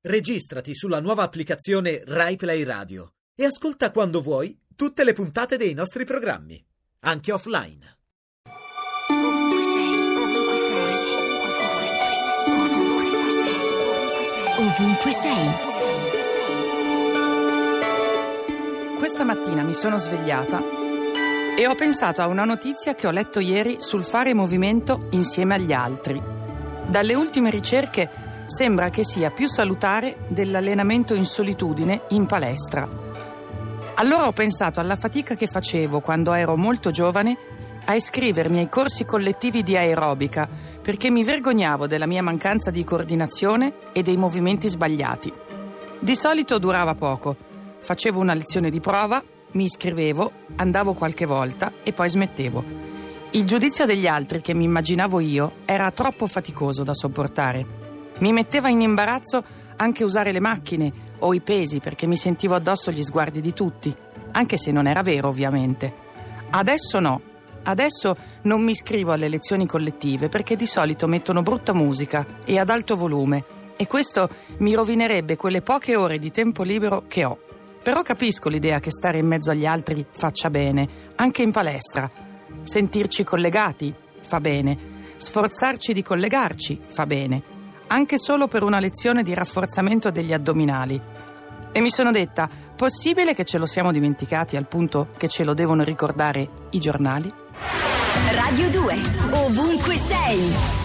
Registrati sulla nuova applicazione Rai Play Radio e ascolta quando vuoi tutte le puntate dei nostri programmi, anche offline. Ovunque sei. Questa mattina mi sono svegliata e ho pensato a una notizia che ho letto ieri sul fare movimento insieme agli altri. Dalle ultime ricerche sembra che sia più salutare dell'allenamento in solitudine in palestra. Allora ho pensato alla fatica che facevo quando ero molto giovane a iscrivermi ai corsi collettivi di aerobica perché mi vergognavo della mia mancanza di coordinazione e dei movimenti sbagliati. Di solito durava poco. Facevo una lezione di prova, mi iscrivevo, andavo qualche volta e poi smettevo. Il giudizio degli altri che mi immaginavo io era troppo faticoso da sopportare. Mi metteva in imbarazzo anche usare le macchine o i pesi perché mi sentivo addosso gli sguardi di tutti, anche se non era vero ovviamente. Adesso no, adesso non mi iscrivo alle lezioni collettive perché di solito mettono brutta musica e ad alto volume e questo mi rovinerebbe quelle poche ore di tempo libero che ho. Però capisco l'idea che stare in mezzo agli altri faccia bene, anche in palestra. Sentirci collegati fa bene, sforzarci di collegarci fa bene, anche solo per una lezione di rafforzamento degli addominali. E mi sono detta, possibile che ce lo siamo dimenticati al punto che ce lo devono ricordare i giornali? Radio 2, ovunque sei.